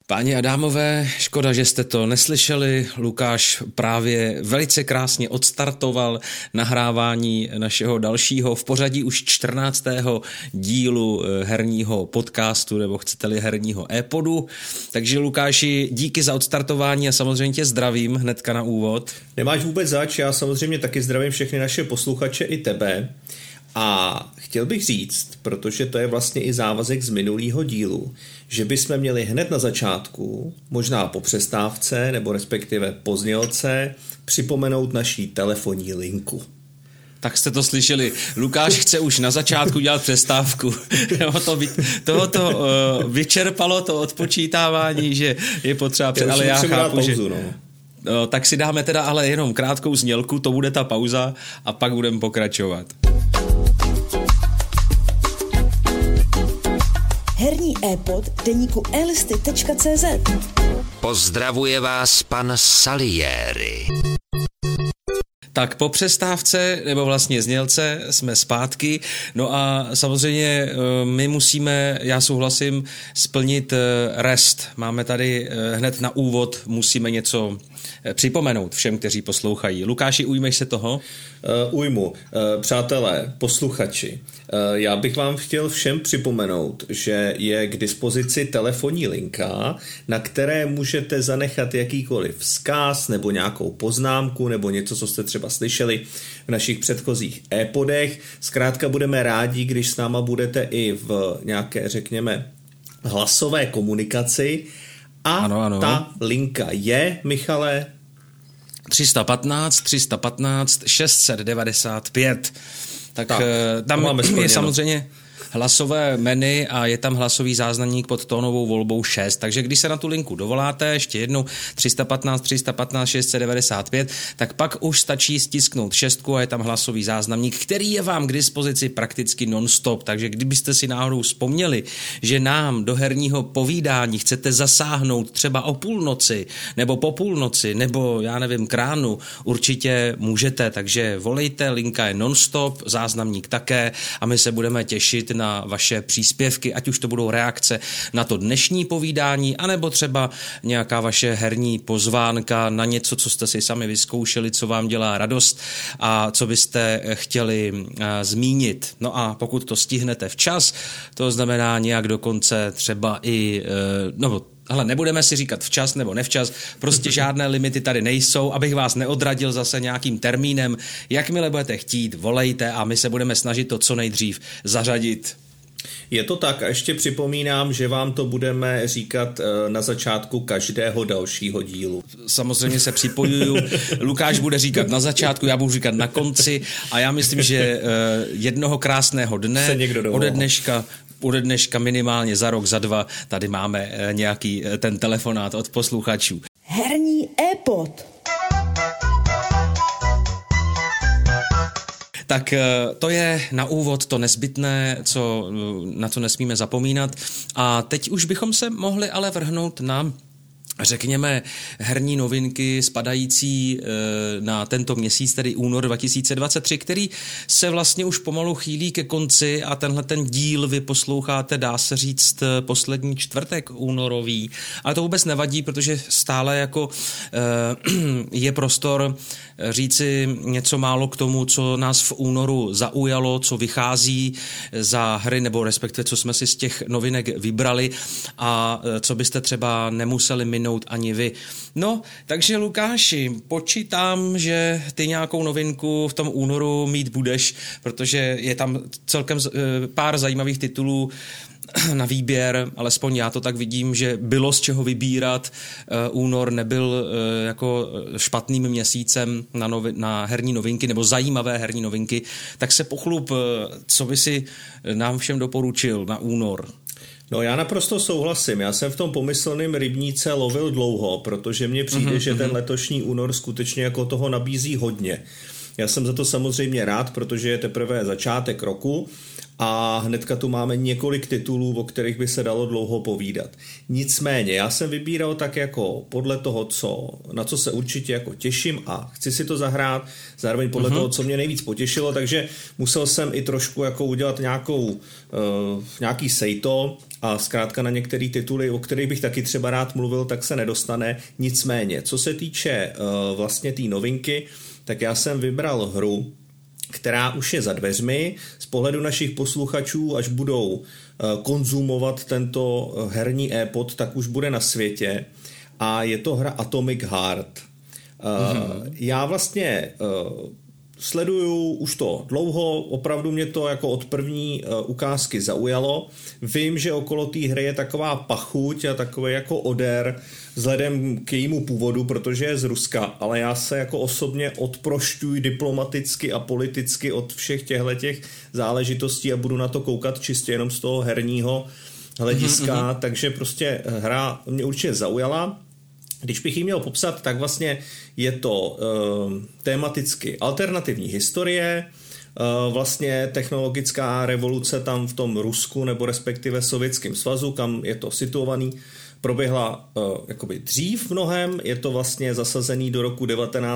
Páni Adámové, škoda, že jste to neslyšeli. Lukáš právě velice krásně odstartoval nahrávání našeho dalšího v pořadí už 14. dílu herního podcastu, nebo chcete-li herního e-podu. Takže Lukáši, díky za odstartování a samozřejmě tě zdravím hnedka na úvod. Nemáš vůbec zač, já samozřejmě taky zdravím všechny naše posluchače i tebe. A chtěl bych říct, protože to je vlastně i závazek z minulého dílu, že bychom měli hned na začátku, možná po přestávce, nebo respektive po znělce, připomenout naší telefonní linku. Tak jste to slyšeli. Lukáš chce už na začátku dělat přestávku. Tohoto vyčerpalo to odpočítávání, že je potřeba... Ale já chápu, pauzu, že... No, tak si dáme teda ale jenom krátkou znělku, to bude ta pauza a pak budeme pokračovat. Herní e-pod deníku elisty.cz. Pozdravuje vás pan Salieri. Tak po přestávce, nebo vlastně znělce, jsme zpátky. No a samozřejmě my musíme, já souhlasím, splnit rest. Máme tady hned na úvod, musíme něco připomenout všem, kteří poslouchají. Lukáši, ujmeš se toho? Ujmu. Přátelé, posluchači, já bych vám chtěl všem připomenout, že je k dispozici telefonní linka, na které můžete zanechat jakýkoliv vzkaz nebo nějakou poznámku nebo něco, co jste třeba slyšeli v našich předchozích e-podech. Zkrátka budeme rádi, když s náma budete i v nějaké, řekněme, hlasové komunikaci. A ano. Ta linka je, Michale... 315 695. Tak tam je samozřejmě hlasové menu a je tam hlasový záznamník pod tónovou volbou 6. Takže když se na tu linku dovoláte, ještě jednou 315 695, tak pak už stačí stisknout 6 a je tam hlasový záznamník, který je vám k dispozici prakticky non-stop. Takže kdybyste si náhodou vzpomněli, že nám do herního povídání chcete zasáhnout třeba o půlnoci, nebo po půlnoci, nebo já nevím, k ránu, určitě můžete. Takže volejte, linka je non-stop, záznamník také a my se budeme těšit na vaše příspěvky, ať už to budou reakce na to dnešní povídání, anebo třeba nějaká vaše herní pozvánka na něco, co jste si sami vyzkoušeli, co vám dělá radost a co byste chtěli zmínit. No a pokud to stihnete včas, to znamená nějak dokonce třeba i... Ale nebudeme si říkat včas nebo nevčas, prostě žádné limity tady nejsou, abych vás neodradil zase nějakým termínem. Jakmile budete chtít, volejte a my se budeme snažit to co nejdřív zařadit. Je to tak a ještě připomínám, že vám to budeme říkat na začátku každého dalšího dílu. Samozřejmě se připojuju. Lukáš bude říkat na začátku, já budu říkat na konci a já myslím, že jednoho krásného dne ode dneška minimálně za rok, za dva, tady máme nějaký ten telefonát od posluchačů. Herní e-pod. Tak to je na úvod to nezbytné, na co nesmíme zapomínat. A teď už bychom se mohli ale vrhnout na, řekněme, herní novinky spadající na tento měsíc, tedy únor 2023, který se vlastně už pomalu chýlí ke konci a tenhle ten díl vy posloucháte, dá se říct, poslední čtvrtek únorový. Ale to vůbec nevadí, protože stále jako je prostor říci něco málo k tomu, co nás v únoru zaujalo, co vychází za hry, nebo respektive co jsme si z těch novinek vybrali a co byste třeba nemuseli minout ani vy. No, takže Lukáši, počítám, že ty nějakou novinku v tom únoru mít budeš, protože je tam celkem pár zajímavých titulů na výběr, alespoň já to tak vidím, že bylo z čeho vybírat. Únor nebyl jako špatným měsícem na herní novinky nebo zajímavé herní novinky, tak se pochlup, co by si nám všem doporučil na únor. No já naprosto souhlasím, já jsem v tom pomyslném rybníce lovil dlouho, protože mně přijde, že ten letošní únor skutečně jako toho nabízí hodně. Já jsem za to samozřejmě rád, protože je teprve začátek roku a hnedka tu máme několik titulů, o kterých by se dalo dlouho povídat. Nicméně, já jsem vybíral tak jako podle toho, na co se určitě jako těším a chci si to zahrát, zároveň podle toho, co mě nejvíc potěšilo, takže musel jsem i trošku jako udělat nějaký sejto a zkrátka na některé tituly, o kterých bych taky třeba rád mluvil, tak se nedostane. Nicméně, co se týče vlastně té novinky, tak já jsem vybral hru, která už je za dveřmi. Z pohledu našich posluchačů, až budou konzumovat tento herní e-pod, tak už bude na světě. A je to hra Atomic Heart. Já vlastně sleduju už to dlouho, opravdu mě to jako od první ukázky zaujalo. Vím, že okolo té hry je taková pachuť a takový jako odér vzhledem k jejímu původu, protože je z Ruska, ale já se jako osobně odprošťuji diplomaticky a politicky od všech těchto záležitostí a budu na to koukat čistě jenom z toho herního hlediska, takže prostě hra mě určitě zaujala. Když bych ji měl popsat, tak vlastně je to tematicky alternativní historie, vlastně technologická revoluce tam v tom Rusku nebo respektive Sovětském svazu, kam je to situovaný, proběhla jakoby dřív mnohem, je to vlastně zasazený do roku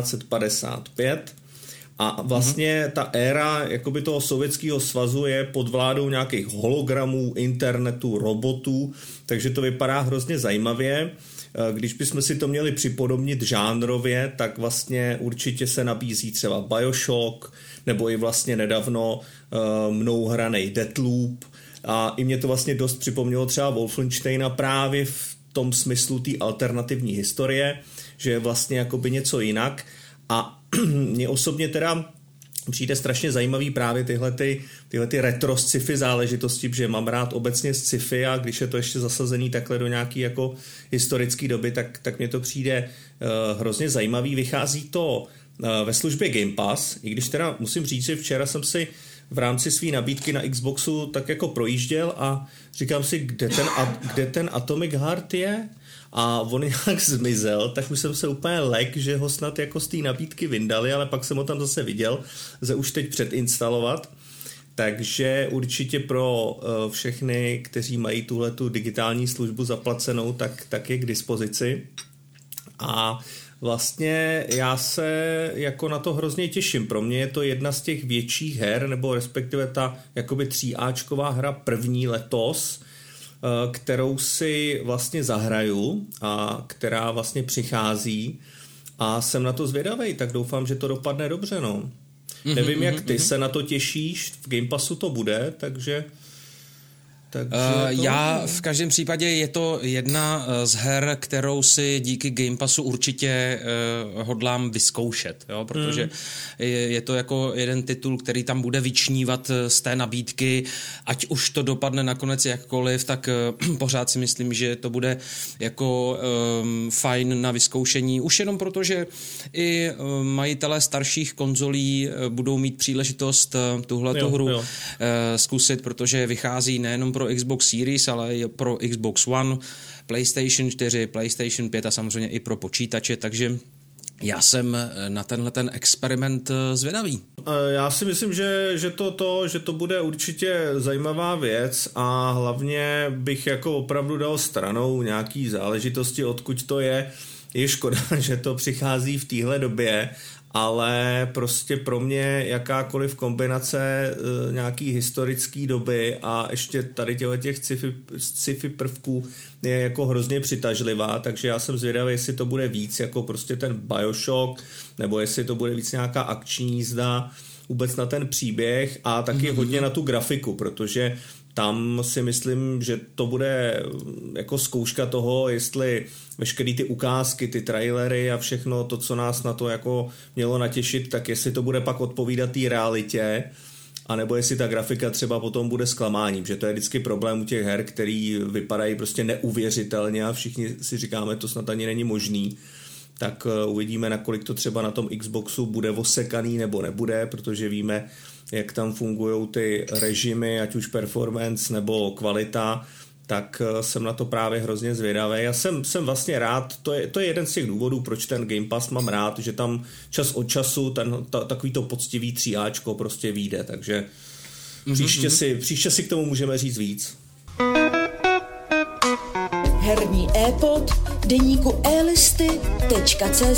1955 a vlastně ta éra jakoby toho Sovětského svazu je pod vládou nějakých hologramů, internetu, robotů, takže to vypadá hrozně zajímavě. Když bychom si to měli připodobnit žánrově, tak vlastně určitě se nabízí třeba BioShock, nebo i vlastně nedávno mnou hranej Deathloop a i mě to vlastně dost připomnělo třeba Wolfensteina právě v tom smyslu té alternativní historie, že je vlastně jakoby něco jinak a mě osobně teda přijde strašně zajímavý právě tyhle retro sci-fi záležitosti, protože mám rád obecně sci-fi a když je to ještě zasazený takhle do nějaký jako historické doby, tak mě to přijde hrozně zajímavý. Vychází to ve službě Game Pass, i když teda musím říct, že včera jsem si v rámci své nabídky na Xboxu tak jako projížděl a říkám si, kde ten Atomic Heart je? A on nějak zmizel, tak už jsem se úplně lek, že ho snad jako z té nabídky vyndali, ale pak jsem ho tam zase viděl, že už teď předinstalovat. Takže určitě pro všechny, kteří mají tuhletu digitální službu zaplacenou, tak je k dispozici. A vlastně já se jako na to hrozně těším. Pro mě je to jedna z těch větších her, nebo respektive ta jakoby 3áčková hra první letos, kterou si vlastně zahraju a která vlastně přichází a jsem na to zvědavej, tak doufám, že to dopadne dobře, no. Nevím, jak ty se na to těšíš, v Game Passu to bude, takže já v každém případě je to jedna z her, kterou si díky Game Passu určitě hodlám vyzkoušet, jo? Protože je to jako jeden titul, který tam bude vyčnívat z té nabídky, ať už to dopadne nakonec jakkoliv, tak pořád si myslím, že to bude jako fajn na vyzkoušení, už jenom proto, že i majitelé starších konzolí budou mít příležitost tuhletu hru zkusit, protože vychází nejenom pro Xbox Series, ale i pro Xbox One, PlayStation 4, PlayStation 5 a samozřejmě i pro počítače, takže já jsem na tenhle ten experiment zvědavý. Já si myslím, že to bude určitě zajímavá věc a hlavně bych jako opravdu dal stranou nějaký záležitosti, odkud to je. Je škoda, že to přichází v téhle době, ale prostě pro mě jakákoliv kombinace nějaký historický doby a ještě tady těch sci-fi prvků je jako hrozně přitažlivá, takže já jsem zvědavý, jestli to bude víc jako prostě ten BioShock, nebo jestli to bude víc nějaká akční jízda vůbec na ten příběh a taky hodně na tu grafiku, protože tam si myslím, že to bude jako zkouška toho, jestli veškerý ty ukázky, ty trailery a všechno to, co nás na to jako mělo natěšit, tak jestli to bude pak odpovídat té realitě, anebo jestli ta grafika třeba potom bude zklamáním, že to je vždycky problém u těch her, který vypadají prostě neuvěřitelně a všichni si říkáme, to snad ani není možný. Tak uvidíme, nakolik to třeba na tom Xboxu bude osekaný nebo nebude, protože víme, jak tam fungují ty režimy, ať už performance nebo kvalita, tak jsem na to právě hrozně zvědavý. Já jsem vlastně rád, to je jeden z těch důvodů, proč ten Game Pass mám rád, že tam čas od času takový to poctivý 3áčko prostě vyjde, takže Příště si k tomu můžeme říct víc. Herní e-pod deníku elisty.cz.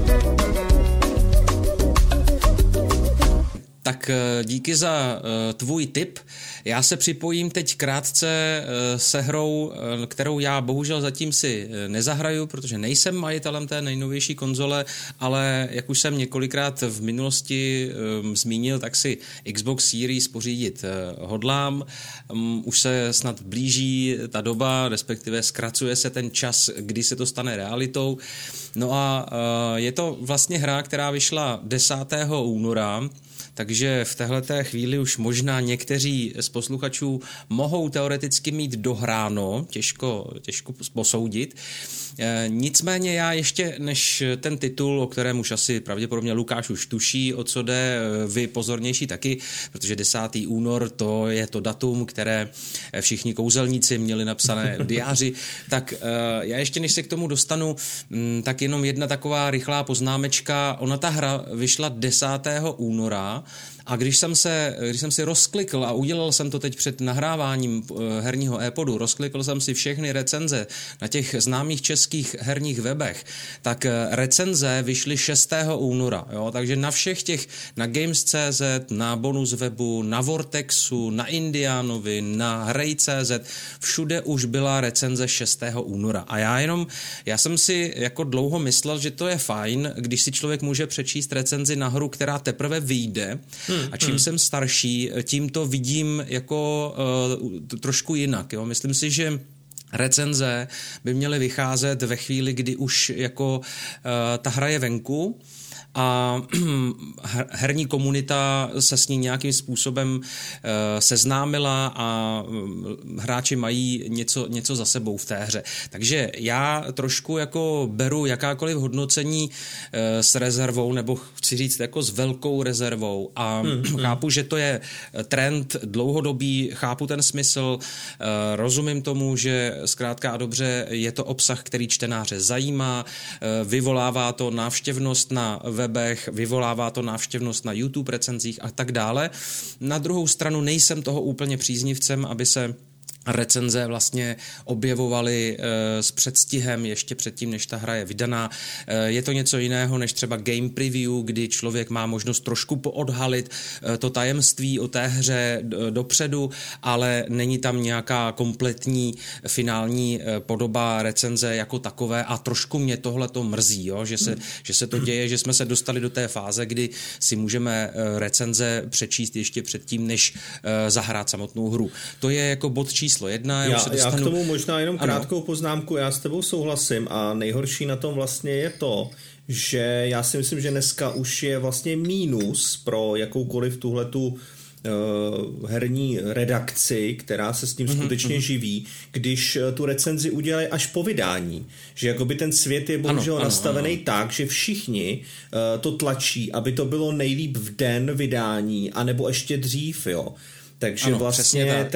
Tak díky za tvůj tip. Já se připojím teď krátce se hrou, kterou já bohužel zatím si nezahraju, protože nejsem majitelem té nejnovější konzole, ale jak už jsem několikrát v minulosti zmínil, tak si Xbox Series pořídit hodlám. Už se snad blíží ta doba, respektive zkracuje se ten čas, kdy se to stane realitou. No a je to vlastně hra, která vyšla 10. února, takže v téhleté chvíli už možná někteří z posluchačů mohou teoreticky mít dohráno, těžko posoudit. Nicméně já ještě než ten titul, o kterém už asi pravděpodobně Lukáš už tuší, o co jde, vy pozornější taky, protože 10. únor to je to datum, které všichni kouzelníci měli napsané v diáři, tak já ještě než se k tomu dostanu, tak jenom jedna taková rychlá poznámečka. Ona ta hra vyšla 10. února, a když jsem si rozklikl a udělal jsem to teď před nahráváním herního e-podu, rozklikl jsem si všechny recenze na těch známých českých herních webech, tak recenze vyšly 6. února. Jo? Takže na všech těch, na Games.cz, na Bonus webu, na Vortexu, na Indianovi, na Hrej.cz, všude už byla recenze 6. února. A já jsem si jako dlouho myslel, že to je fajn, když si člověk může přečíst recenzi na hru, která teprve vyjde. A čím jsem starší, tím to vidím jako trošku jinak. Jo? Myslím si, že recenze by měly vycházet ve chvíli, kdy už jako ta hra je venku a herní komunita se s ní nějakým způsobem seznámila a hráči mají něco za sebou v té hře. Takže já trošku jako beru jakákoliv hodnocení s rezervou, nebo chci říct jako s velkou rezervou a chápu, že to je trend dlouhodobý, chápu ten smysl, rozumím tomu, že zkrátka a dobře je to obsah, který čtenáře zajímá, vyvolává to návštěvnost na webech, vyvolává to návštěvnost na YouTube recenzích a tak dále. Na druhou stranu nejsem toho úplně příznivcem, aby se recenze vlastně objevovaly s předstihem ještě předtím, než ta hra je vydaná. Je to něco jiného než třeba game preview, kdy člověk má možnost trošku poodhalit to tajemství o té hře dopředu, ale není tam nějaká kompletní finální podoba recenze jako takové a trošku mě tohleto mrzí, jo? Že se to děje, že jsme se dostali do té fáze, kdy si můžeme recenze přečíst ještě předtím, než zahrát samotnou hru. To je jako bod číslo 1. Já k tomu možná jenom krátkou poznámku, já s tebou souhlasím a nejhorší na tom vlastně je to, že já si myslím, že dneska už je vlastně mínus pro jakoukoliv tuhletu herní redakci, která se s tím skutečně živí, když tu recenzi udělají až po vydání. Že jakoby ten svět je bohužel nastavený tak, že všichni to tlačí, aby to bylo nejlíp v den vydání, anebo ještě dřív, jo. Takže vlastně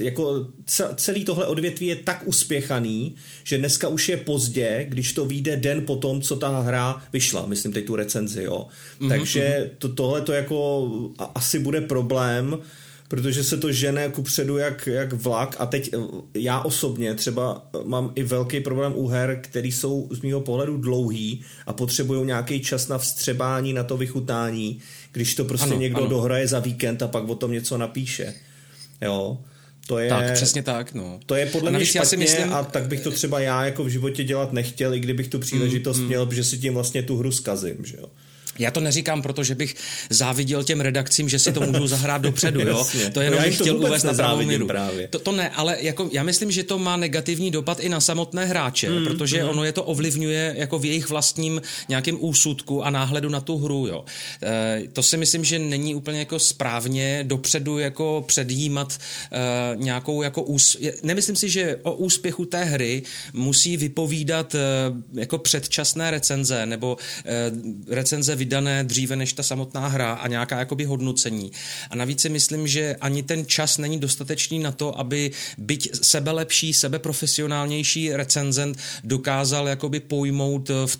celý tohle odvětví je tak uspěchaný, že dneska už je pozdě, když to vyjde den po tom, co ta hra vyšla, myslím teď tu recenzi, jo. Takže tohle to jako asi bude problém, protože se to žene kupředu jak vlak a teď já osobně třeba mám i velký problém u her, který jsou z mýho pohledu dlouhý a potřebují nějaký čas na vstřebání, na to vychutnání, když to prostě někdo dohraje za víkend a pak o tom něco napíše. Jo. To je, tak, přesně tak, no. To je podle mě špatně a tak bych to třeba já jako v životě dělat nechtěl, i kdybych tu příležitost měl, protože si tím vlastně tu hru zkazím, že jo. Já to neříkám, protože bych záviděl těm redakcím, že si to můžou zahrát dopředu, jo. To jenom bych chtěl uvést na pravou míru. To ne, ale jako já myslím, že to má negativní dopad i na samotné hráče, protože ono je to ovlivňuje jako v jejich vlastním nějakém úsudku a náhledu na tu hru, jo. To si myslím, že není úplně jako správně dopředu jako předjímat nějakou jako nemyslím si, že o úspěchu té hry musí vypovídat jako předčasné recenze nebo recenze vydané dříve než ta samotná hra a nějaká jakoby hodnocení. A navíc si myslím, že ani ten čas není dostatečný na to, aby byť sebelepší, sebeprofesionálnější recenzent dokázal jakoby pojmout v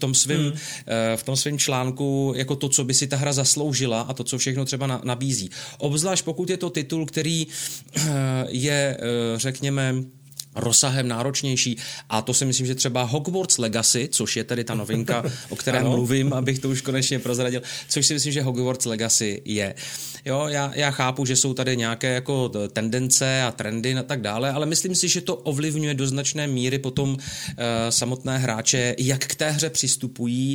tom svém článku jako to, co by si ta hra zasloužila a to, co všechno třeba nabízí. Obzvlášť pokud je to titul, který je, řekněme, rozsahem náročnější a to si myslím, že třeba Hogwarts Legacy, což je tedy ta novinka, o které mluvím, abych to už konečně prozradil, což si myslím, že Hogwarts Legacy je. Jo, já chápu, že jsou tady nějaké jako tendence a trendy a tak dále, ale myslím si, že to ovlivňuje do značné míry potom samotné hráče, jak k té hře přistupují,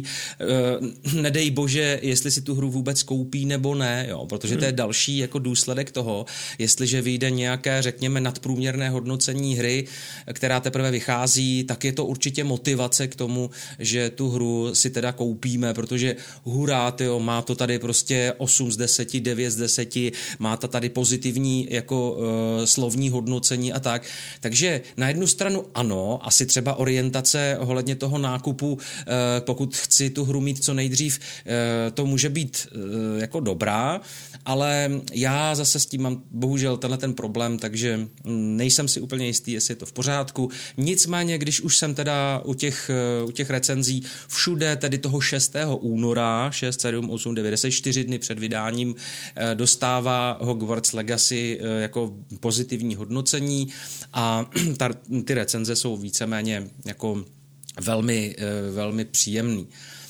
nedej bože, jestli si tu hru vůbec koupí nebo ne, jo, protože to je další jako důsledek toho, jestliže vyjde nějaké, řekněme, nadprůměrné hodnocení hry, která teprve vychází, tak je to určitě motivace k tomu, že tu hru si teda koupíme, protože hurá, tyjo, má to tady prostě 8 z 10, 9 z 10, má to tady pozitivní jako slovní hodnocení a tak. Takže na jednu stranu ano, asi třeba orientace ohledně toho nákupu, pokud chci tu hru mít co nejdřív, to může být jako dobrá, ale já zase s tím mám bohužel tenhle ten problém, takže nejsem si úplně jistý, jestli je to v pořádku. Nicméně, když už jsem teda u těch recenzí všude, tedy toho 6. února, 6, 7, 8, 9, 10, 4 dny před vydáním, dostává Hogwarts Legacy jako pozitivní hodnocení a ty recenze jsou víceméně jako velmi, velmi příjemný.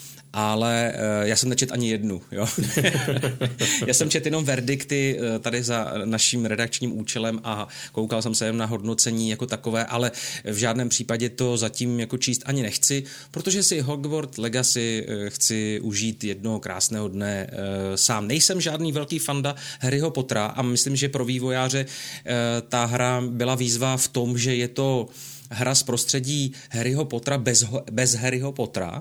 Ale já jsem nečet ani jednu. Jo? Já jsem čet jenom verdikty tady za naším redakčním účelem a koukal jsem se jen na hodnocení jako takové, ale v žádném případě to zatím jako číst ani nechci, protože si Hogwarts Legacy chci užít jednoho krásného dne sám. Nejsem žádný velký fanda Harryho Pottera a myslím, že pro vývojáře ta hra byla výzva v tom, že je to hra z prostředí Harryho Pottera bez Harryho Pottera,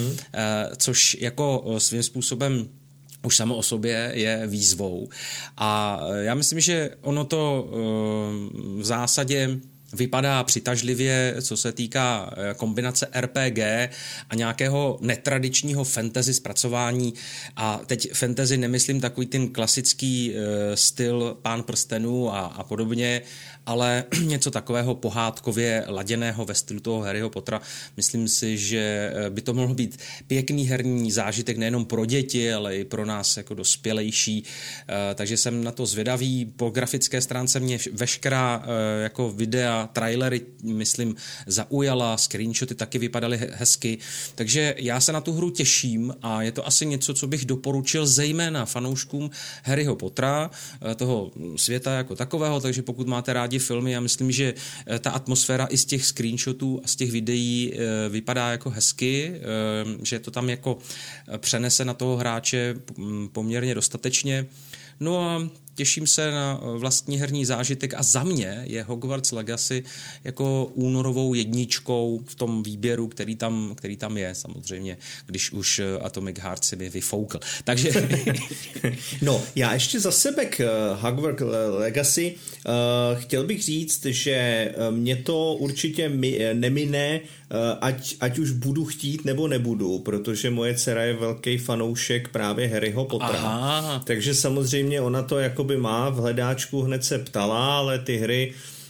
což jako svým způsobem už samo o sobě je výzvou. A já myslím, že ono to v zásadě vypadá přitažlivě, co se týká kombinace RPG a nějakého netradičního fantasy zpracování. A teď fantasy nemyslím takový ten klasický styl Pán prstenů a podobně, ale něco takového pohádkově laděného ve stylu toho Harryho Pottera. Myslím si, že by to mohl být pěkný herní zážitek nejenom pro děti, ale i pro nás jako dospělejší. Takže jsem na to zvědavý. Po grafické stránce mě veškerá jako videa, trailery, myslím, zaujala, screenshoty taky vypadaly hezky. Takže já se na tu hru těším a je to asi něco, co bych doporučil zejména fanouškům Harryho Pottera, toho světa jako takového, takže pokud máte rádi filmy, já myslím, že ta atmosféra i z těch screenshotů a z těch videí vypadá jako hezky, že to tam jako přenese na toho hráče poměrně dostatečně. No a těším se na vlastní herní zážitek a za mě je Hogwarts Legacy jako únorovou jedničkou v tom výběru, který tam je samozřejmě, když už Atomic Heart si mi vyfoukl. Takže... No, já ještě za sebe k Hogwarts Legacy chtěl bych říct, že mě to určitě nemine, ať už budu chtít nebo nebudu, protože moje dcera je velký fanoušek právě Harryho Pottera. Aha. Takže samozřejmě ona to jakoby má v hledáčku, hned se ptala, ale ty hry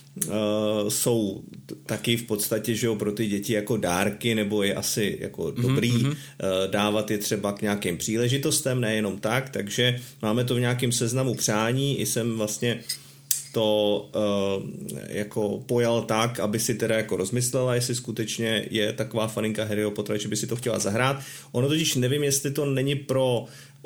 jsou taky v podstatě, že jo, pro ty děti jako dárky, nebo je asi jako dobrý dávat je třeba k nějakým příležitostem, nejenom tak, takže máme to v nějakém seznamu přání, i jsem vlastně to jako pojal tak, aby si teda jako rozmyslela, jestli skutečně je taková faninka Harryho Pottera, že by si to chtěla zahrát. Ono totiž nevím, jestli to není pro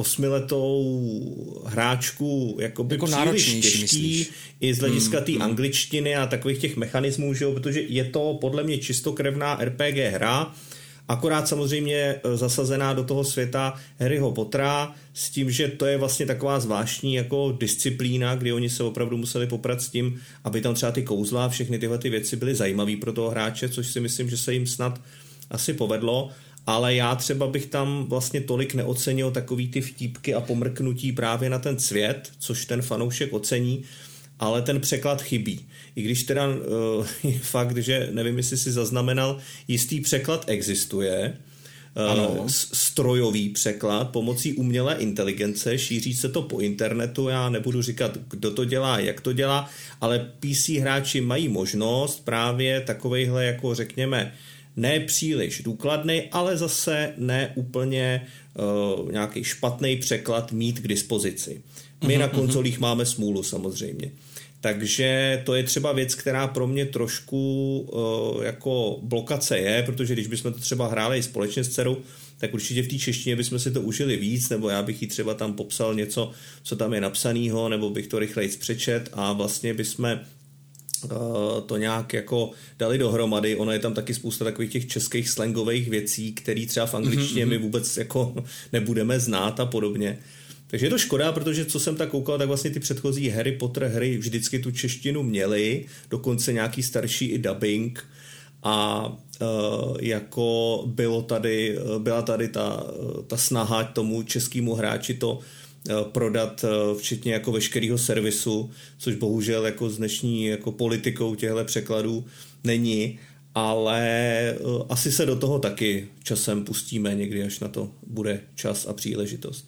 8letou hráčku jakoby jako příliš těžký, myslíš? I z hlediska té angličtiny a takových těch mechanismů, že jo, protože je to podle mě čistokrevná RPG hra, akorát samozřejmě zasazená do toho světa Harryho Pottera s tím, že to je vlastně taková zvláštní jako disciplína, kdy oni se opravdu museli poprat s tím, aby tam třeba ty kouzla a všechny tyhle ty věci byly zajímavé pro toho hráče, což si myslím, že se jim snad asi povedlo, ale já třeba bych tam vlastně tolik neocenil takový ty vtípky a pomrknutí právě na ten svět, což ten fanoušek ocení, ale ten překlad chybí. I když teda fakt, že nevím, jestli si zaznamenal, jistý překlad existuje, strojový překlad pomocí umělé inteligence, šíří se to po internetu, já nebudu říkat, kdo to dělá, jak to dělá, ale PC hráči mají možnost právě takovejhle, jako řekněme, ne příliš důkladný, ale zase ne úplně nějaký špatný překlad mít k dispozici. My na konzolích máme smůlu samozřejmě. Takže to je třeba věc, která pro mě trošku jako blokace je, protože když bychom to třeba hráli společně s dcerou, tak určitě v té češtině bychom si to užili víc, nebo já bych jí třeba tam popsal něco, co tam je napsanýho, nebo bych to rychleji přečet a vlastně bychom to nějak jako dali dohromady. Ono je tam taky spousta takových těch českých slangových věcí, které třeba v angličtině my vůbec jako nebudeme znát a podobně. Takže je to škoda, protože co jsem tak koukal, tak vlastně ty předchozí Harry Potter hry vždycky tu češtinu měly, dokonce nějaký starší i dubbing a jako byla tady ta snaha tomu českému hráči to prodat včetně jako veškerého servisu, což bohužel jako s dnešní jako politikou těchto překladů není, ale asi se do toho taky časem pustíme někdy, až na to bude čas a příležitost.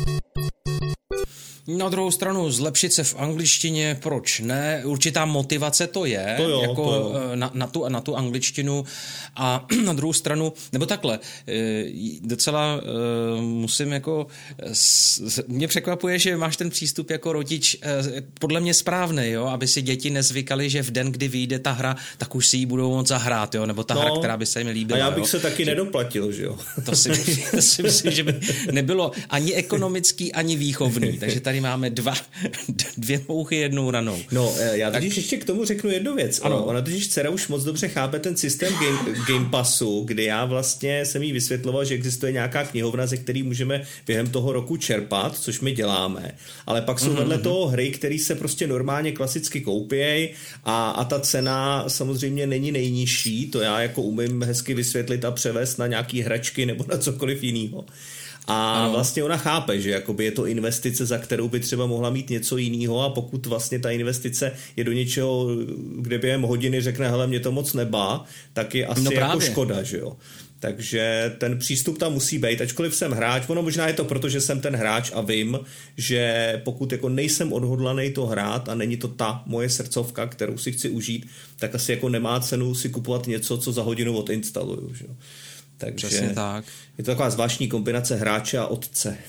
Na druhou stranu zlepšit se v angličtině, proč ne? Určitá motivace to je, to jo, jako to jo. Na tu angličtinu a na druhou stranu, nebo takhle, docela musím jako, mě překvapuje, že máš ten přístup jako rodič podle mě správný, jo, aby si děti nezvykaly, že v den, kdy vyjde ta hra, tak už si ji budou moc zahrát, jo, nebo ta hra, která by se jim líbila. A já bych se taky nedoplatil, že jo. To si myslím, že by nebylo ani ekonomický, ani výchovný, takže tady máme dvě mouchy jednou ranou. No, já totiž ještě k tomu řeknu jednu věc. Ona totiž dcera už moc dobře chápe ten systém Game Passu, kdy já vlastně jsem jí vysvětloval, že existuje nějaká knihovna, ze který můžeme během toho roku čerpat, což my děláme. Ale pak jsou vedle toho hry, které se prostě normálně klasicky koupějí a ta cena samozřejmě není nejnižší. To já jako umím hezky vysvětlit a převést na nějaký hračky nebo na cokoliv jiného. A vlastně ona chápe, že jakoby je to investice, za kterou by třeba mohla mít něco jiného a pokud vlastně ta investice je do něčeho, kde během hodiny řekne, hele, mě to moc nebá, tak je asi jako škoda, že jo. Takže ten přístup tam musí být, ačkoliv jsem hráč, ono možná je to proto, že jsem ten hráč a vím, že pokud jako nejsem odhodlaný to hrát a není to ta moje srdcovka, kterou si chci užít, tak asi jako nemá cenu si kupovat něco, co za hodinu odinstaluju, že jo. Takže přesně tak. Je to taková zvláštní kombinace hráče a otce.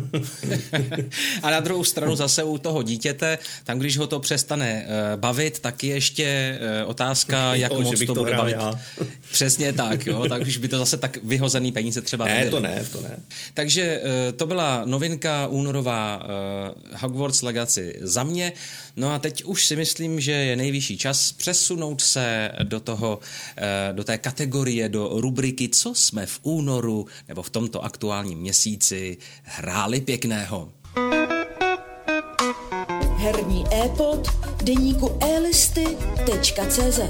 A na druhou stranu zase u toho dítěte, tam když ho to přestane bavit, tak je ještě otázka, jak moc to bude bavit. Já. Přesně tak, jo, tak když by to zase tak vyhozený peníze třeba nebyly. To ne. Takže to byla novinka únorová Hogwarts Legacy za mě. No a teď už si myslím, že je nejvyšší čas přesunout se do té kategorie, do rubriky, co jsme v únoru nebo v tomto aktuálním měsíci hráli pěkného. Herní e-pod deníku elisty.cz.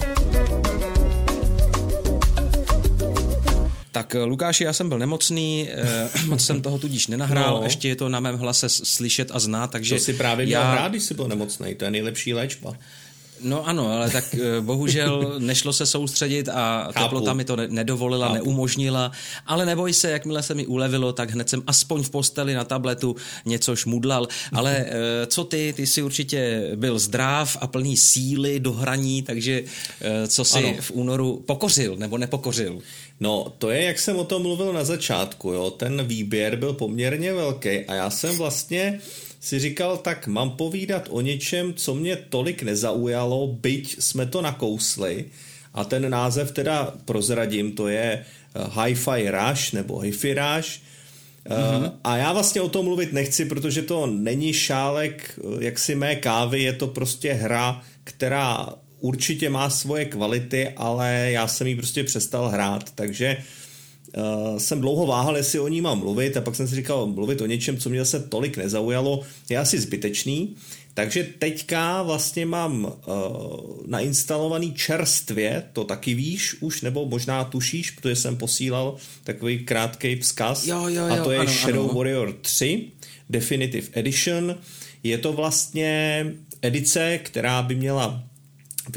Tak Lukáši, já jsem byl nemocný, moc jsem toho tudíž nenahrál, ještě je to na mém hlase slyšet a znát, takže... To si právě měl hrát, když jsi byl nemocný, to je nejlepší léčba. No ano, ale tak bohužel nešlo se soustředit a teplota mi to nedovolila, neumožnila, ale neboj se, jakmile se mi ulevilo, tak hned jsem aspoň v posteli na tabletu něco šmudlal, ale co ty jsi určitě byl zdrav a plný síly do hraní, takže co jsi v únoru pokořil nebo nepokořil? No, to je, jak jsem o tom mluvil na začátku, jo, ten výběr byl poměrně velký a já jsem vlastně si říkal, tak mám povídat o něčem, co mě tolik nezaujalo, byť jsme to nakousli a ten název teda prozradím, to je Hi-Fi Rush nebo Hi-Fi Rush a já vlastně o tom mluvit nechci, protože to není šálek jaksi mé kávy, je to prostě hra, která určitě má svoje kvality, ale já jsem ji prostě přestal hrát, takže jsem dlouho váhal, jestli o ní mám mluvit a pak jsem si říkal, mluvit o něčem, co mě zase tolik nezaujalo, je asi zbytečný, takže teďka vlastně mám nainstalovaný čerstvě, to taky víš už, nebo možná tušíš, protože jsem posílal takový krátkej vzkaz a to je Shadow Warrior 3 Definitive Edition. Je to vlastně edice, která by měla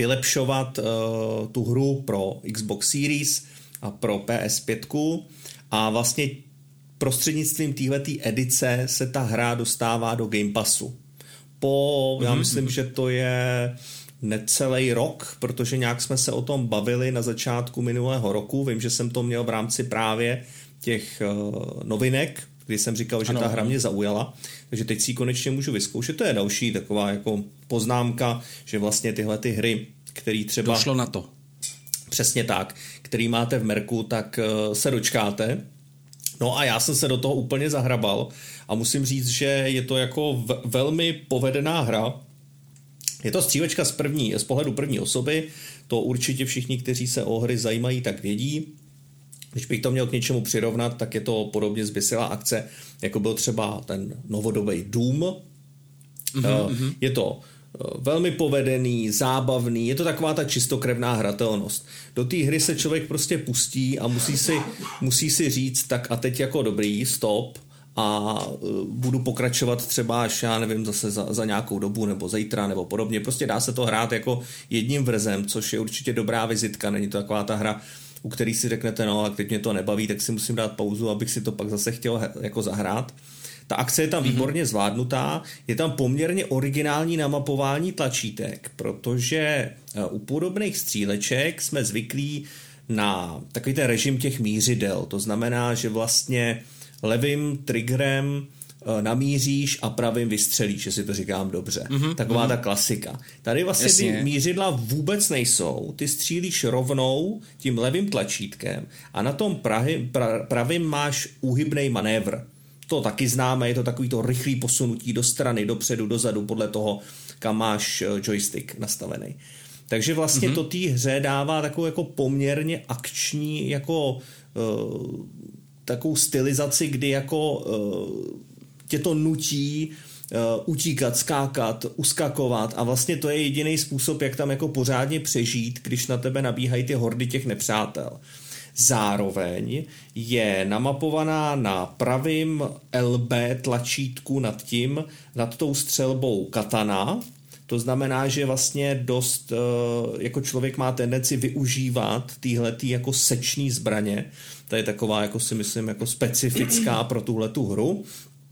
vylepšovat tu hru pro Xbox Series a pro PS5 a vlastně prostřednictvím téhletý edice se ta hra dostává do Game Passu. Já myslím, že to je necelý rok, protože nějak jsme se o tom bavili na začátku minulého roku. Vím, že jsem to měl v rámci právě těch novinek, kdy jsem říkal, že ta hra mě zaujala, takže teď si ji konečně můžu vyzkoušet. To je další taková jako poznámka, že vlastně tyhle ty hry, který třeba... Došlo na to. Přesně tak, který máte v merku, tak se dočkáte. No a já jsem se do toho úplně zahrabal a musím říct, že je to jako velmi povedená hra. Je to střílečka z pohledu první osoby, to určitě všichni, kteří se o hry zajímají, tak vědí. Když bych to měl k něčemu přirovnat, tak je to podobně zběsilá akce, jako byl třeba ten novodobý Doom. Je to velmi povedený, zábavný, je to taková ta čistokrevná hratelnost. Do té hry se člověk prostě pustí a musí si říct, tak a teď jako dobrý, stop, a budu pokračovat třeba až, já nevím, zase za nějakou dobu nebo zítra nebo podobně. Prostě dá se to hrát jako jedním vrzem, což je určitě dobrá vizitka. Není to taková ta hra, u který si řeknete, no a teď mě to nebaví, tak si musím dát pauzu, abych si to pak zase chtěl jako zahrát. Ta akce je tam výborně zvládnutá, je tam poměrně originální namapování tlačítek, protože u podobných stříleček jsme zvyklí na takový ten režim těch mířidel. To znamená, že vlastně levým triggerem namíříš a pravým vystřelíš, jestli to říkám dobře. Taková ta klasika. Tady vlastně ty mířidla vůbec nejsou. Ty střílíš rovnou tím levým tlačítkem a na tom pravým máš úhybnej manévr. To taky známe, je to takový to rychlý posunutí do strany, dopředu, dozadu, podle toho, kam máš joystick nastavený. Takže vlastně to té hře dává takovou jako poměrně akční jako takovou stylizaci, kdy jako tě to nutí utíkat, skákat, uskakovat a vlastně to je jediný způsob, jak tam jako pořádně přežít, když na tebe nabíhají ty hordy těch nepřátel. Zároveň je namapovaná na pravým LB tlačítku nad tou střelbou katana. To znamená, že vlastně dost jako člověk má tendenci využívat týhletý jako sečný zbraně. To je taková, jako si myslím, jako specifická pro tuhletu hru.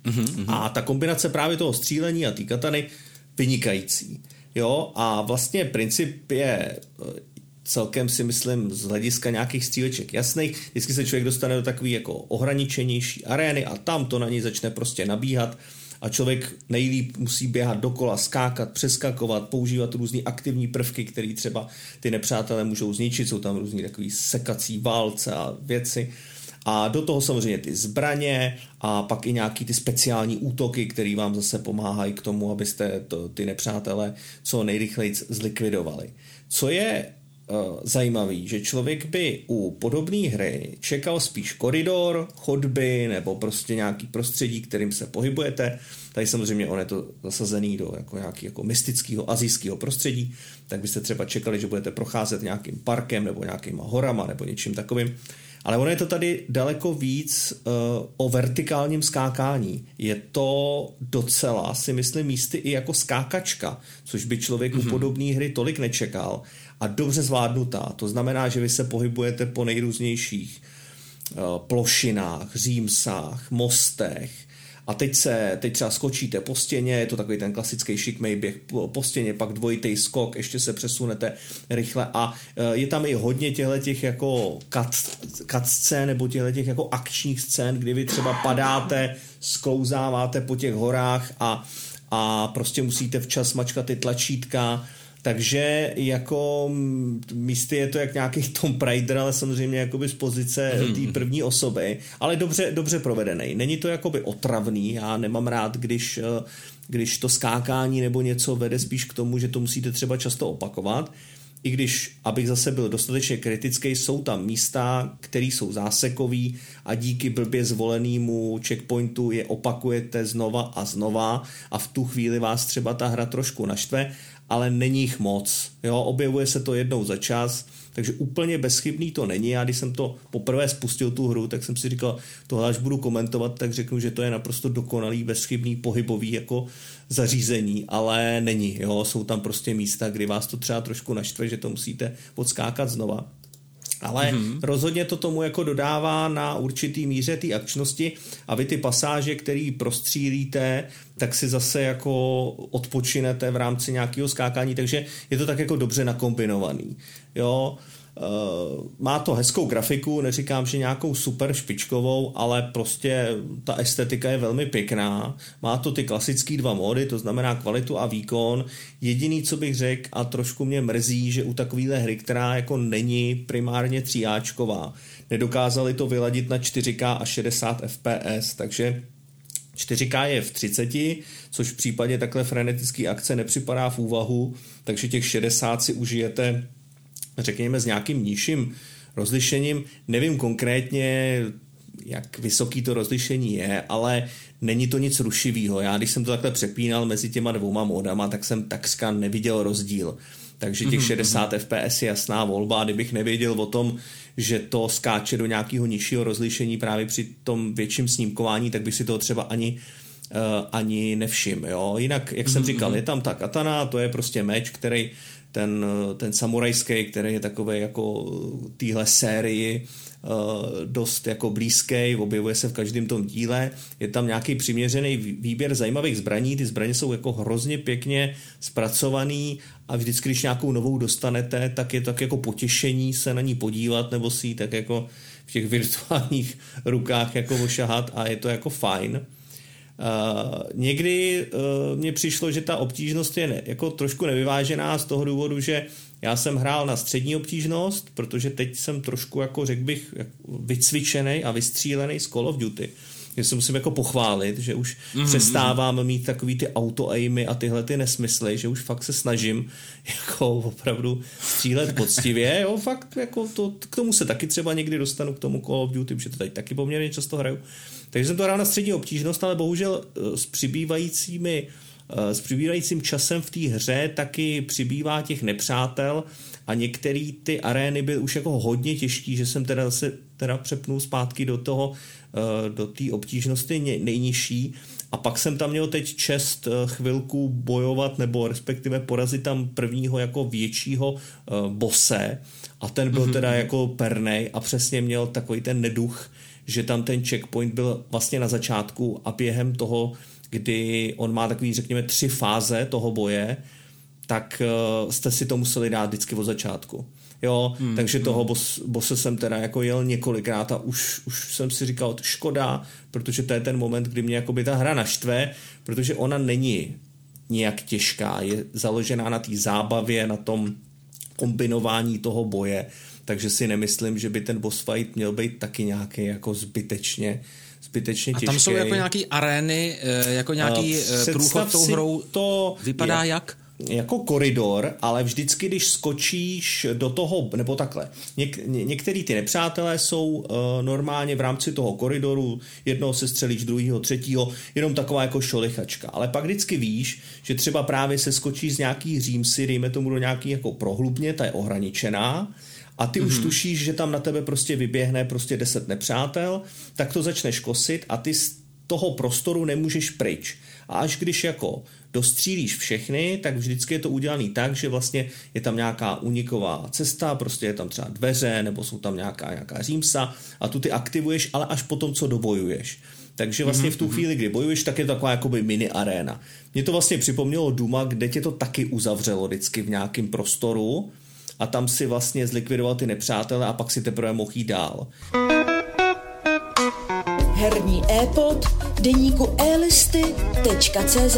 A ta kombinace právě toho střílení a té katany vynikající. Jo? A vlastně princip je celkem si myslím z hlediska nějakých stříleček jasných. Vždycky se člověk dostane do takové jako ohraničenější arény a tam to na něj začne prostě nabíhat a člověk nejlíp musí běhat dokola, skákat, přeskakovat, používat různý aktivní prvky, které třeba ty nepřátelé můžou zničit. Jsou tam různý takový sekací válce a věci. A do toho samozřejmě ty zbraně a pak i nějaký ty speciální útoky, které vám zase pomáhají k tomu, abyste ty nepřátelé co nejrychleji zlikvidovali. Co je zajímavý, že člověk by u podobné hry čekal spíš koridor, chodby nebo prostě nějaký prostředí, kterým se pohybujete. Tady samozřejmě on je to zasazený do nějaký jako mystického asijského prostředí, tak byste třeba čekali, že budete procházet nějakým parkem nebo nějakýma horama nebo něčím takovým. Ale ono je to tady daleko víc o vertikálním skákání. Je to docela, si myslím, místy i jako skákačka, což by člověk u podobné hry tolik nečekal. A dobře zvládnutá. To znamená, že vy se pohybujete po nejrůznějších plošinách, římsách, mostech a teď třeba skočíte po stěně, je to takový ten klasický šikmej běh po stěně, pak dvojitý skok, ještě se přesunete rychle a je tam i hodně těchto jako cut scén nebo těchto jako akčních scén, kdy vy třeba padáte, sklouzáváte po těch horách a prostě musíte včas mačkat ty tlačítka. Takže jako místy je to jak nějaký Tomb Raider, ale samozřejmě jakoby z pozice té první osoby, ale dobře provedený. Není to jakoby otravný, já nemám rád, když to skákání nebo něco vede spíš k tomu, že to musíte třeba často opakovat. I když, abych zase byl dostatečně kritický, jsou tam místa, které jsou zásekový a díky blbě zvolenému checkpointu je opakujete znova a znova a v tu chvíli vás třeba ta hra trošku naštve, ale není jich moc. Jo, objevuje se to jednou za čas, takže úplně bezchybný to není. Já když jsem to poprvé spustil tu hru, tak jsem si říkal, tohle až budu komentovat, tak řeknu, že to je naprosto dokonalý, bezchybný, pohybový jako zařízení, ale není. Jo, jsou tam prostě místa, kdy vás to třeba trošku naštve, že to musíte odskákat znova. Ale rozhodně to tomu jako dodává na určitý míře té akčnosti a vy ty pasáže, který prostřílíte, tak si zase jako odpočinete v rámci nějakého skákání, takže je to tak jako dobře nakombinovaný. Jo, má to hezkou grafiku, neříkám, že nějakou super špičkovou, ale prostě ta estetika je velmi pěkná. Má to ty klasický 2 módy, to znamená kvalitu a výkon. Jediný, co bych řekl, a trošku mě mrzí, že u takovéhle hry, která jako není primárně 3áčková, nedokázali to vyladit na 4K a 60 fps, takže 4K je v 30, což v případě takhle frenetické akce nepřipadá v úvahu, takže těch 60 si užijete řekněme s nějakým nižším rozlišením. Nevím konkrétně, jak vysoký to rozlišení je, ale není to nic rušivého. Já když jsem to takhle přepínal mezi těma 2 módama, tak jsem takřka neviděl rozdíl. Takže těch 60 fps je jasná volba. Kdybych nevěděl o tom, že to skáče do nějakého nižšího rozlišení právě při tom větším snímkování, tak bych si toho třeba ani nevšiml. Jo? Jinak, jak jsem říkal, je tam ta katana, to je prostě meč, který ten samurajský, který je takový jako téhle sérii dost jako blízký, objevuje se v každém tom díle, je tam nějaký přiměřený výběr zajímavých zbraní, ty zbraně jsou jako hrozně pěkně zpracovaný a vždycky, když nějakou novou dostanete, tak je tak jako potěšení se na ní podívat nebo si ji tak jako v těch virtuálních rukách jako ošahat a je to jako fajn. Někdy mně přišlo, že ta obtížnost je jako trošku nevyvážená z toho důvodu, že já jsem hrál na střední obtížnost, protože teď jsem trošku, jako řekl bych, vycvičený a vystřílený z Call of Duty. Já se musím jako pochválit, že už přestávám mít takový ty auto-aimy a tyhle ty nesmysly, že už fakt se snažím jako opravdu střílet poctivě. Jo, fakt jako k tomu se taky třeba někdy dostanu, k tomu Call of Duty, protože to tady taky poměrně často hraju. Takže jsem to hrál na střední obtížnost, ale bohužel s přibývajícím časem v té hře taky přibývá těch nepřátel a některé ty arény byly už jako hodně těžký, že jsem teda zase přepnul zpátky do té obtížnosti nejnižší a pak jsem tam měl teď čest chvilku bojovat nebo respektive porazit tam prvního jako většího bose a ten byl teda jako pernej a přesně měl takový ten neduch, že tam ten checkpoint byl vlastně na začátku a během toho, kdy on má takový, řekněme, 3 fáze toho boje, tak jste si to museli dát vždycky od začátku. Jo, takže toho bose jsem teda jako jel několikrát a už jsem si říkal, škoda, protože to je ten moment, kdy mě jakoby ta hra naštve, protože ona není nijak těžká, je založená na té zábavě, na tom kombinování toho boje, takže si nemyslím, že by ten boss fight měl být taky nějaký jako zbytečně těžký. A tam jsou jako nějaký arény, jako nějaký průchod tou hrou, to vypadá jak? Jako koridor, ale vždycky, když skočíš do toho, nebo takhle, některý ty nepřátelé jsou normálně v rámci toho koridoru, jednoho se střelíš, druhýho, třetího, jenom taková jako šolichačka, ale pak vždycky víš, že třeba právě se skočíš z nějaký římsy, dejme tomu do nějaký jako prohlubně, ta je ohraničená, a ty už tušíš, že tam na tebe prostě vyběhne prostě 10 nepřátel, tak to začneš kosit a ty z toho prostoru nemůžeš pryč. A až když jako dostřílíš všechny, tak vždycky je to udělaný tak, že vlastně je tam nějaká uniková cesta, prostě je tam třeba dveře, nebo jsou tam nějaká římsa a tu ty aktivuješ, ale až potom, co dobojuješ. Takže vlastně v tu chvíli, kdy bojuješ, tak je to taková jakoby mini arena. Mě to vlastně připomnělo Duma, kde tě to taky uzavřelo vždycky v nějakém prostoru a tam si vlastně zlikvidoval ty nepřátele a pak si teprve mohl jít dál. Herní e-pod deníku elisty.cz.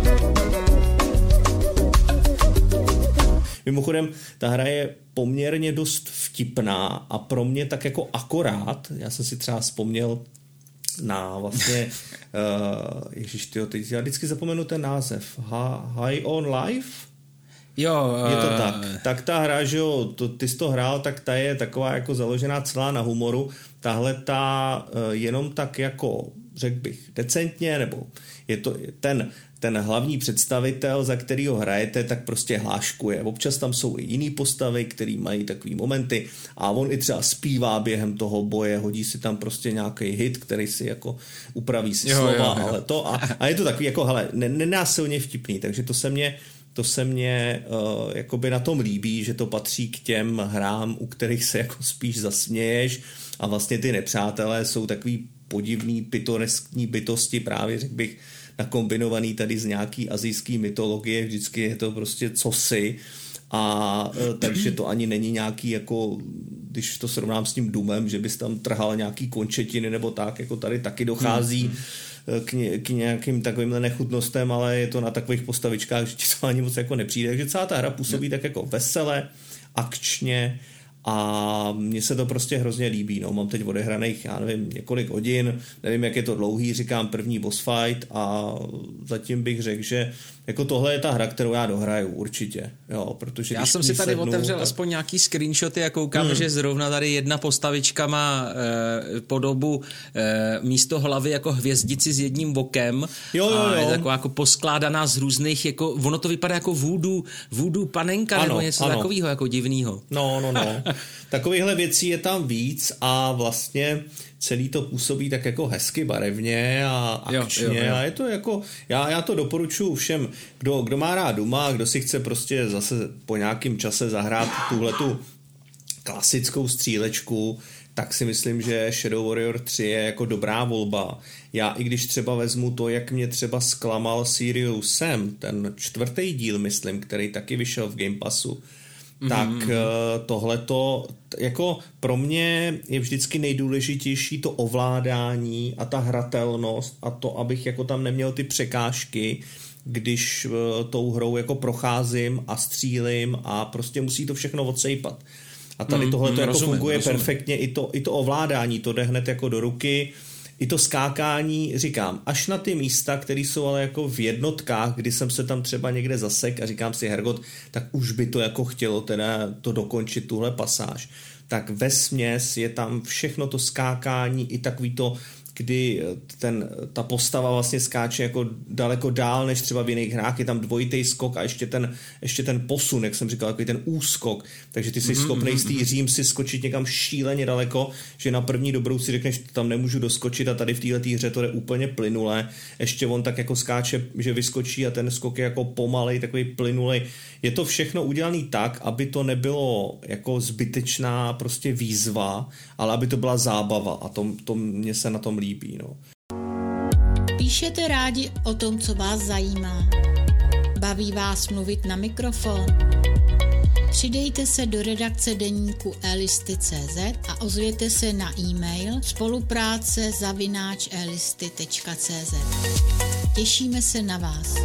Mimochodem, ta hra je poměrně dost vtipná a pro mě tak jako akorát, já jsem si třeba vzpomněl na vlastně, teď já vždycky zapomenu ten název, High on Life? Jo. Je to tak. Tak ta hra, že jo, ty jsi to hrál, tak ta je taková jako založená celá na humoru. Tahle ta jenom tak jako, řekl bych, decentně, nebo je to ten hlavní představitel, za kterýho hrajete, tak prostě hláškuje. Občas tam jsou i jiný postavy, který mají takový momenty a on i třeba zpívá během toho boje, hodí si tam prostě nějaký hit, který si jako upraví si slova, ale to a je to takový jako, hele, nenásilně vtipný, takže to se mě To se mně jakoby na tom líbí, že to patří k těm hrám, u kterých se jako spíš zasměješ a vlastně ty nepřátelé jsou takový podivný pitoreskní bytosti, právě řekl bych nakombinovaný tady z nějaký asijský mytologie, vždycky je to prostě cosi a takže to ani není nějaký jako, když to srovnám s tím Doomem, že bys tam trhal nějaký končetiny nebo tak, jako tady taky dochází k nějakým takovýmhle nechutnostem, ale je to na takových postavičkách, že ti to ani moc jako nepřijde, takže celá ta hra působí tak jako vesele, akčně a mně se to prostě hrozně líbí. No. Mám teď odehraných, já nevím, několik hodin, nevím, jak je to dlouhý, říkám první boss fight a zatím bych řekl, že jako tohle je ta hra, kterou já dohraju určitě. Jo, protože já jsem si tady otevřel aspoň nějaký screenshoty a koukám, že zrovna tady jedna postavička má podobu místo hlavy jako hvězdici s jedním okem. Jo. A je taková jako poskládaná z různých, jako, ono to vypadá jako voodoo panenka nebo něco takového jako divného. No. Takovýchhle věcí je tam víc a vlastně celý to působí tak jako hezky barevně a akčně jo. A je to jako, já to doporučuji všem, kdo má rád Duma, kdo si chce prostě zase po nějakém čase zahrát tuhletu klasickou střílečku, tak si myslím, že Shadow Warrior 3 je jako dobrá volba. Já i když třeba vezmu to, jak mě třeba zklamal Serious Sam, ten 4. díl, myslím, který taky vyšel v Game Passu, tak tohleto, jako pro mě je vždycky nejdůležitější to ovládání a ta hratelnost a to, abych jako tam neměl ty překážky, když tou hrou jako procházím a střílím a prostě musí to všechno odsejpat. A tady tohleto jako funguje perfektně, i to ovládání, to jde hned jako do ruky, i to skákání, říkám, až na ty místa, které jsou ale jako v jednotkách, kdy jsem se tam třeba někde zasek a říkám si, hergot, tak už by to jako chtělo teda to dokončit, tuhle pasáž. Tak vesměs je tam všechno to skákání i takový to, kdy ta postava vlastně skáče jako daleko dál, než třeba v jiných hrách, je tam dvojitý skok a ještě ten posun, jak jsem říkal, jako ten úskok, takže ty jsi schopnej z té římsy skočit někam šíleně daleko, že na první dobrou si řekneš, tam nemůžu doskočit a tady v této hře to jde úplně plynule, ještě on tak jako skáče, že vyskočí a ten skok je jako pomalej, takový plynulej, je to všechno udělané tak, aby to nebylo jako zbytečná prostě výzva, ale aby to byla zábava a to mně se na tom líbí. No. Píšete rádi o tom, co vás zajímá. Baví vás mluvit na mikrofon? Přidejte se do redakce deníku elisty.cz a ozvěte se na e-mail spolupráce@elisty.cz. Těšíme se na vás.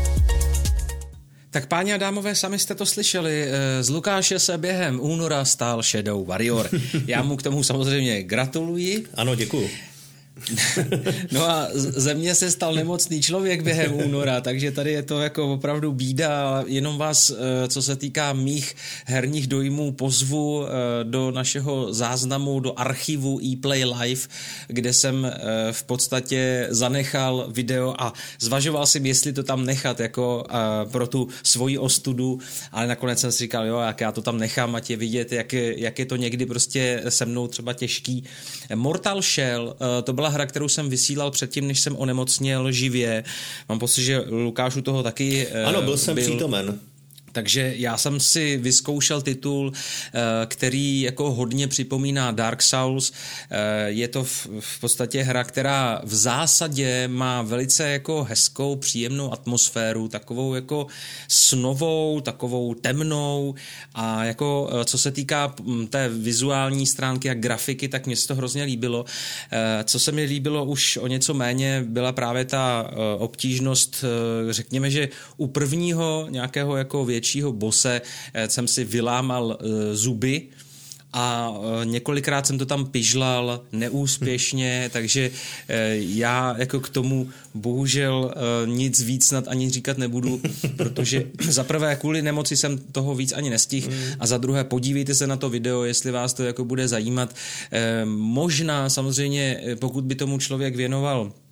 Tak páni a dámové, sami jste to slyšeli, z Lukáše se během února stal Shadow Warrior. Já mu k tomu samozřejmě gratuluji. Ano, děkuju. No a ze mě se stal nemocný člověk během února, takže tady je to jako opravdu bída. Jenom vás, co se týká mých herních dojmů, pozvu do našeho záznamu, do archivu ePlay Live, kde jsem v podstatě zanechal video a zvažoval jsem, jestli to tam nechat jako pro tu svoji ostudu, ale nakonec jsem si říkal, jo, jak já to tam nechám, ať je vidět, jak je to někdy prostě se mnou třeba těžký. Mortal Shell, to byla hra, kterou jsem vysílal předtím, než jsem onemocněl živě. Mám pocit, že Lukáš u toho taky ano, byl jsem přítomen. Takže já jsem si vyzkoušel titul, který jako hodně připomíná Dark Souls. Je to v podstatě hra, která v zásadě má velice jako hezkou, příjemnou atmosféru, takovou jako snovou, takovou temnou a jako co se týká té vizuální stránky a grafiky, tak mě se to hrozně líbilo. Co se mi líbilo už o něco méně, byla právě ta obtížnost, řekněme, že u prvního nějakého jako většího bose jsem si vylámal zuby a několikrát jsem to tam pižlal neúspěšně, takže já jako k tomu bohužel nic víc snad ani říkat nebudu, protože za prvé kvůli nemoci jsem toho víc ani nestihl a za druhé podívejte se na to video, jestli vás to jako bude zajímat. Možná samozřejmě, pokud by tomu člověk věnoval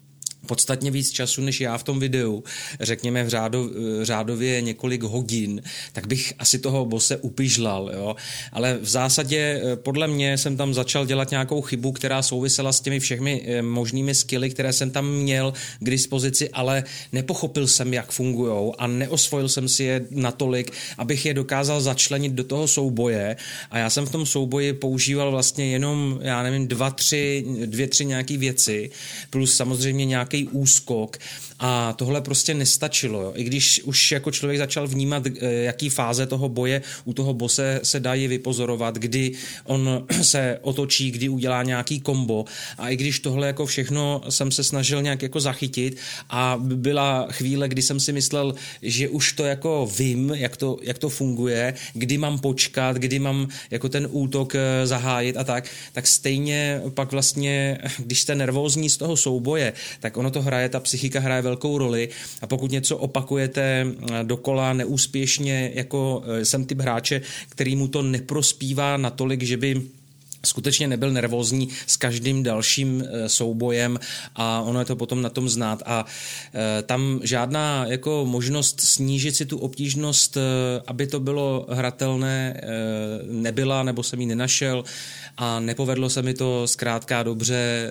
podstatně víc času než já v tom videu, řekněme řádově několik hodin, tak bych asi toho bose upižlal, jo. Ale v zásadě podle mě jsem tam začal dělat nějakou chybu, která souvisela s těmi všemi možnými skilly, které jsem tam měl k dispozici, ale nepochopil jsem, jak fungujou a neosvojil jsem si je natolik, abych je dokázal začlenit do toho souboje a já jsem v tom souboji používal vlastně jenom, já nevím, dvě, tři nějaký věci, plus samozřejmě nějaký úskok a tohle prostě nestačilo. Jo. I když už jako člověk začal vnímat, jaký fáze toho boje u toho bose se dají vypozorovat, kdy on se otočí, kdy udělá nějaký kombo a i když tohle jako všechno jsem se snažil nějak jako zachytit a byla chvíle, kdy jsem si myslel, že už to jako vím, jak to funguje, kdy mám počkat, kdy mám jako ten útok zahájit a tak stejně pak vlastně, když jste nervózní z toho souboje, tak ono to hraje, ta psychika hraje velkou roli a pokud něco opakujete dokola neúspěšně, jako jsem typ hráče, který mu to neprospívá natolik, že by skutečně nebyl nervózní s každým dalším soubojem a ono je to potom na tom znát a tam žádná jako možnost snížit si tu obtížnost, aby to bylo hratelné, nebyla, nebo jsem ji nenašel a nepovedlo se mi to zkrátka dobře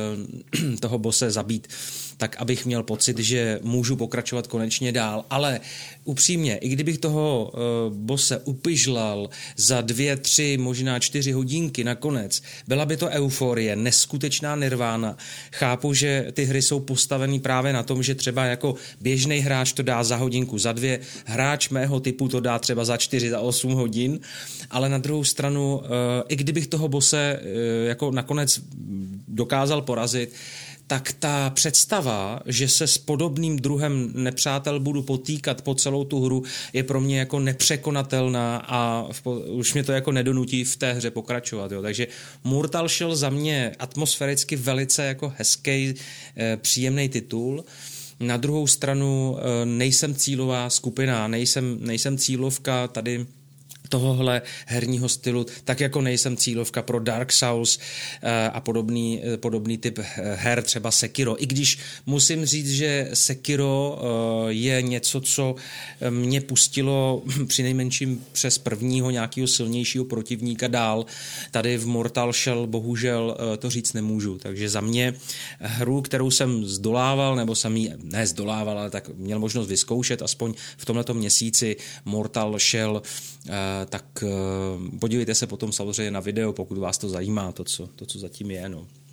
toho bose zabít, tak abych měl pocit, že můžu pokračovat konečně dál. Ale upřímně, i kdybych toho bose upižlal za 2, 3, možná 4 hodinky nakonec, byla by to euforie, neskutečná nirvána. Chápu, že ty hry jsou postavený právě na tom, že třeba jako běžný hráč to dá za hodinku, za 2, hráč mého typu to dá třeba za 4, za 8 hodin, ale na druhou stranu, i kdybych toho bose jako nakonec dokázal porazit, tak ta představa, že se s podobným druhem nepřátel budu potýkat po celou tu hru, je pro mě jako nepřekonatelná a už mě to jako nedonutí v té hře pokračovat. Jo. Takže Mortal Shell za mě atmosféricky velice jako hezký, příjemný titul. Na druhou stranu nejsem cílová skupina, nejsem cílovka tady tohohle herního stylu, tak jako nejsem cílovka pro Dark Souls a podobný typ her, třeba Sekiro. I když musím říct, že Sekiro je něco, co mě pustilo přinejmenším přes prvního nějakého silnějšího protivníka dál. Tady v Mortal Shell bohužel to říct nemůžu. Takže za mě hru, kterou jsem zdolával, nebo jsem ji nezdolával, ale tak měl možnost vyzkoušet aspoň v tomhletom měsíci Mortal Shell, tak podívejte se potom samozřejmě na video, pokud vás to zajímá, to, co zatím je.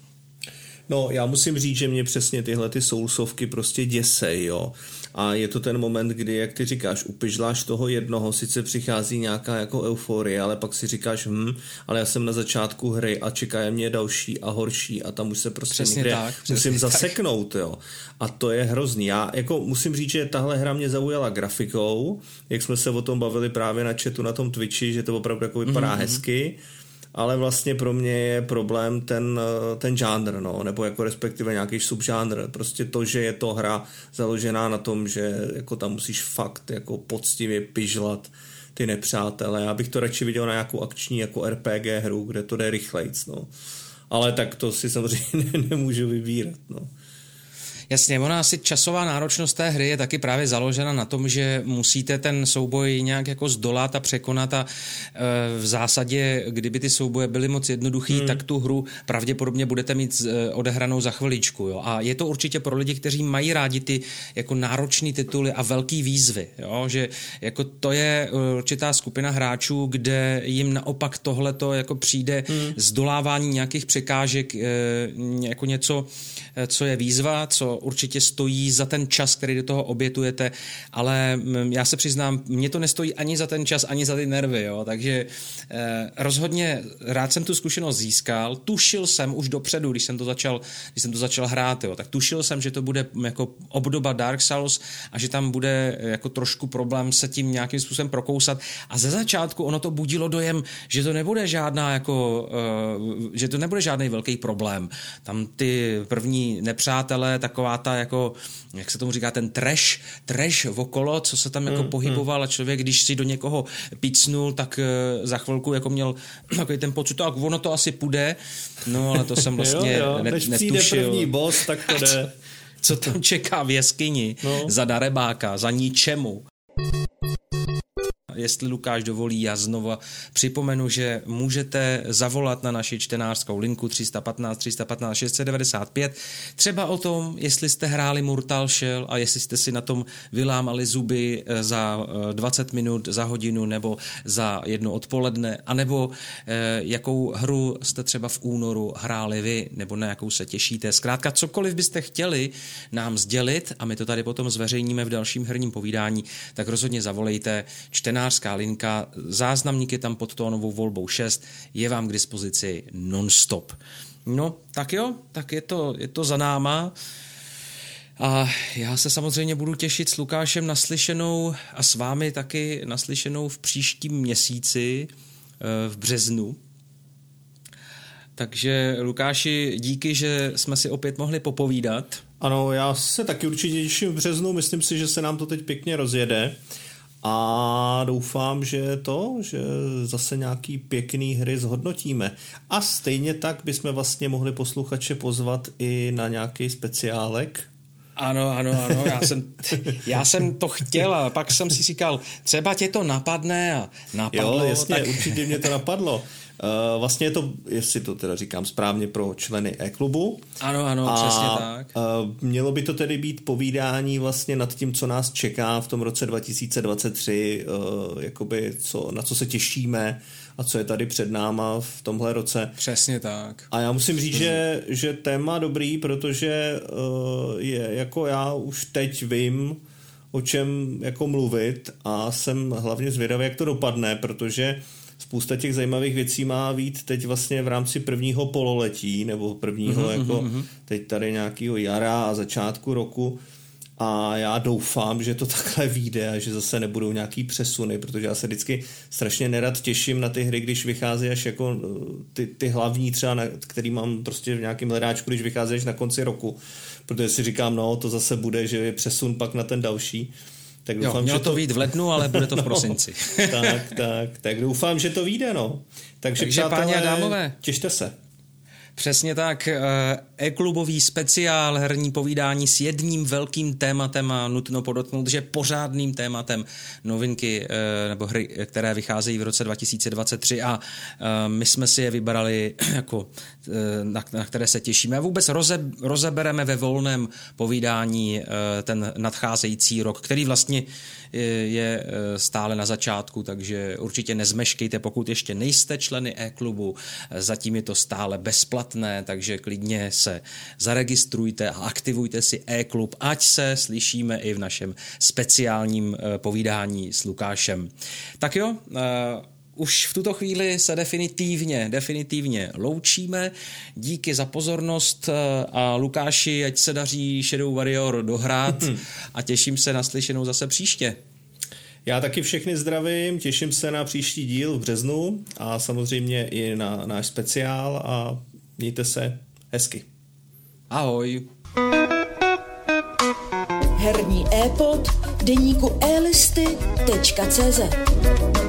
No, já musím říct, že mě přesně tyhle ty soulsovky prostě děsej, jo. A je to ten moment, kdy, jak ty říkáš, upižláš toho jednoho, sice přichází nějaká jako euforie, ale pak si říkáš, ale já jsem na začátku hry a čekají mě další a horší a tam už se prostě přesně někde tak, musím zaseknout, jo. A to je hrozný. Já jako musím říct, že tahle hra mě zaujala grafikou, jak jsme se o tom bavili právě na chatu na tom Twitchi, že to opravdu jako vypadá hezky, ale vlastně pro mě je problém ten žánr, no, nebo jako respektive nějaký subžánr. Prostě to, že je to hra založená na tom, že jako tam musíš fakt jako poctivě pižlat ty nepřátele. Já bych to radši viděl na nějakou akční jako RPG hru, kde to jde rychlejc, no. Ale tak to si samozřejmě nemůžu vybírat, no. Jasně, ona asi časová náročnost té hry je taky právě založena na tom, že musíte ten souboj nějak jako zdolat a překonat a v zásadě, kdyby ty souboje byly moc jednoduchý, tak tu hru pravděpodobně budete mít odehranou za chviličku. Jo? A je to určitě pro lidi, kteří mají rádi ty jako náročný tituly a velký výzvy. Jo? Že jako to je určitá skupina hráčů, kde jim naopak tohleto jako přijde zdolávání nějakých překážek jako něco, co je výzva, co určitě stojí za ten čas, který do toho obětujete, ale já se přiznám, mě to nestojí ani za ten čas, ani za ty nervy, jo? Takže rozhodně rád jsem tu zkušenost získal, tušil jsem už dopředu, když jsem to začal hrát, jo? Tak tušil jsem, že to bude jako obdoba Dark Souls a že tam bude jako trošku problém se tím nějakým způsobem prokousat a ze začátku ono to budilo dojem, že to nebude žádná jako, že to nebude žádný velký problém. Tam ty první nepřátelé, taková ta jako, jak se tomu říká, ten trash okolo, co se tam jako pohyboval a člověk, když si do někoho pícnul, tak za chvilku jako měl takový ten pocit, tak ono to asi půjde, no ale to jsem vlastně než přijde netušil. První boss, tak to jde. co tam čeká v jeskyni za darebáka, za ničemu. Jestli Lukáš dovolí, já znova připomenu, že můžete zavolat na naši čtenářskou linku 315 695 třeba o tom, jestli jste hráli Mortal Shell a jestli jste si na tom vylámali zuby za 20 minut, za hodinu nebo za 1 odpoledne, anebo jakou hru jste třeba v únoru hráli vy, nebo na jakou se těšíte. Zkrátka cokoliv byste chtěli nám sdělit a my to tady potom zveřejníme v dalším herním povídání, tak rozhodně zavolejte. Čtenářská linka, záznamník je tam pod tónovou volbou 6, je vám k dispozici non-stop. No, tak jo, tak je to za náma a já se samozřejmě budu těšit s Lukášem naslyšenou a s vámi taky naslyšenou v příštím měsíci v březnu. Takže Lukáši, díky, že jsme si opět mohli popovídat. Ano, já se taky určitě těším v březnu, myslím si, že se nám to teď pěkně rozjede. A doufám, že zase nějaký pěkný hry zhodnotíme. A stejně tak bychom vlastně mohli posluchače pozvat i na nějaký speciálek. Ano, já jsem to chtěl a pak jsem si říkal, třeba tě to napadne a napadlo. Jo, jasně, tak... určitě mě to napadlo. Vlastně je to, jestli to teda říkám správně, pro členy e-klubu. Ano, přesně tak. Mělo by to tedy být povídání vlastně nad tím, co nás čeká v tom roce 2023, jakoby na co se těšíme a co je tady před náma v tomhle roce. Přesně tak. A já musím říct, že téma dobrý, protože je jako já už teď vím, o čem jako mluvit a jsem hlavně zvědavý, jak to dopadne, protože spousta těch zajímavých věcí má být teď vlastně v rámci prvního pololetí, nebo prvního teď tady nějakého jara a začátku roku. A já doufám, že to takhle vyjde a že zase nebudou nějaký přesuny, protože já se vždycky strašně nerad těším na ty hry, když vychází až jako ty hlavní třeba, který mám prostě v nějakém hledáčku, když vycházíš na konci roku. Protože si říkám, to zase bude, že je přesun pak na ten další. Tak doufám, mělo to vyjít v lednu, ale bude to v prosinci. Tak doufám, že to vyjde, Takže přátelé, páni a dámové, těšte se. Přesně tak, e-klubový speciál, herní povídání s jedním velkým tématem a nutno podotknout, že pořádným tématem novinky nebo hry, které vycházejí v roce 2023 a my jsme si je vybrali, jako, na které se těšíme a vůbec rozebereme ve volném povídání ten nadcházející rok, který vlastně je stále na začátku, takže určitě nezmeškejte, pokud ještě nejste členy e-klubu, zatím je to stále bezplatné, takže klidně se zaregistrujte a aktivujte si e-klub, ať se slyšíme i v našem speciálním povídání s Lukášem. Tak jo, už v tuto chvíli se definitivně loučíme. Díky za pozornost a Lukáši, ať se daří Shadow Warrior dohrát a těším se na slyšenou zase příště. Já taky všechny zdravím, těším se na příští díl v březnu a samozřejmě i na náš speciál a mějte se hezky. Ahoj. Herní e-pod deníku elisty.cz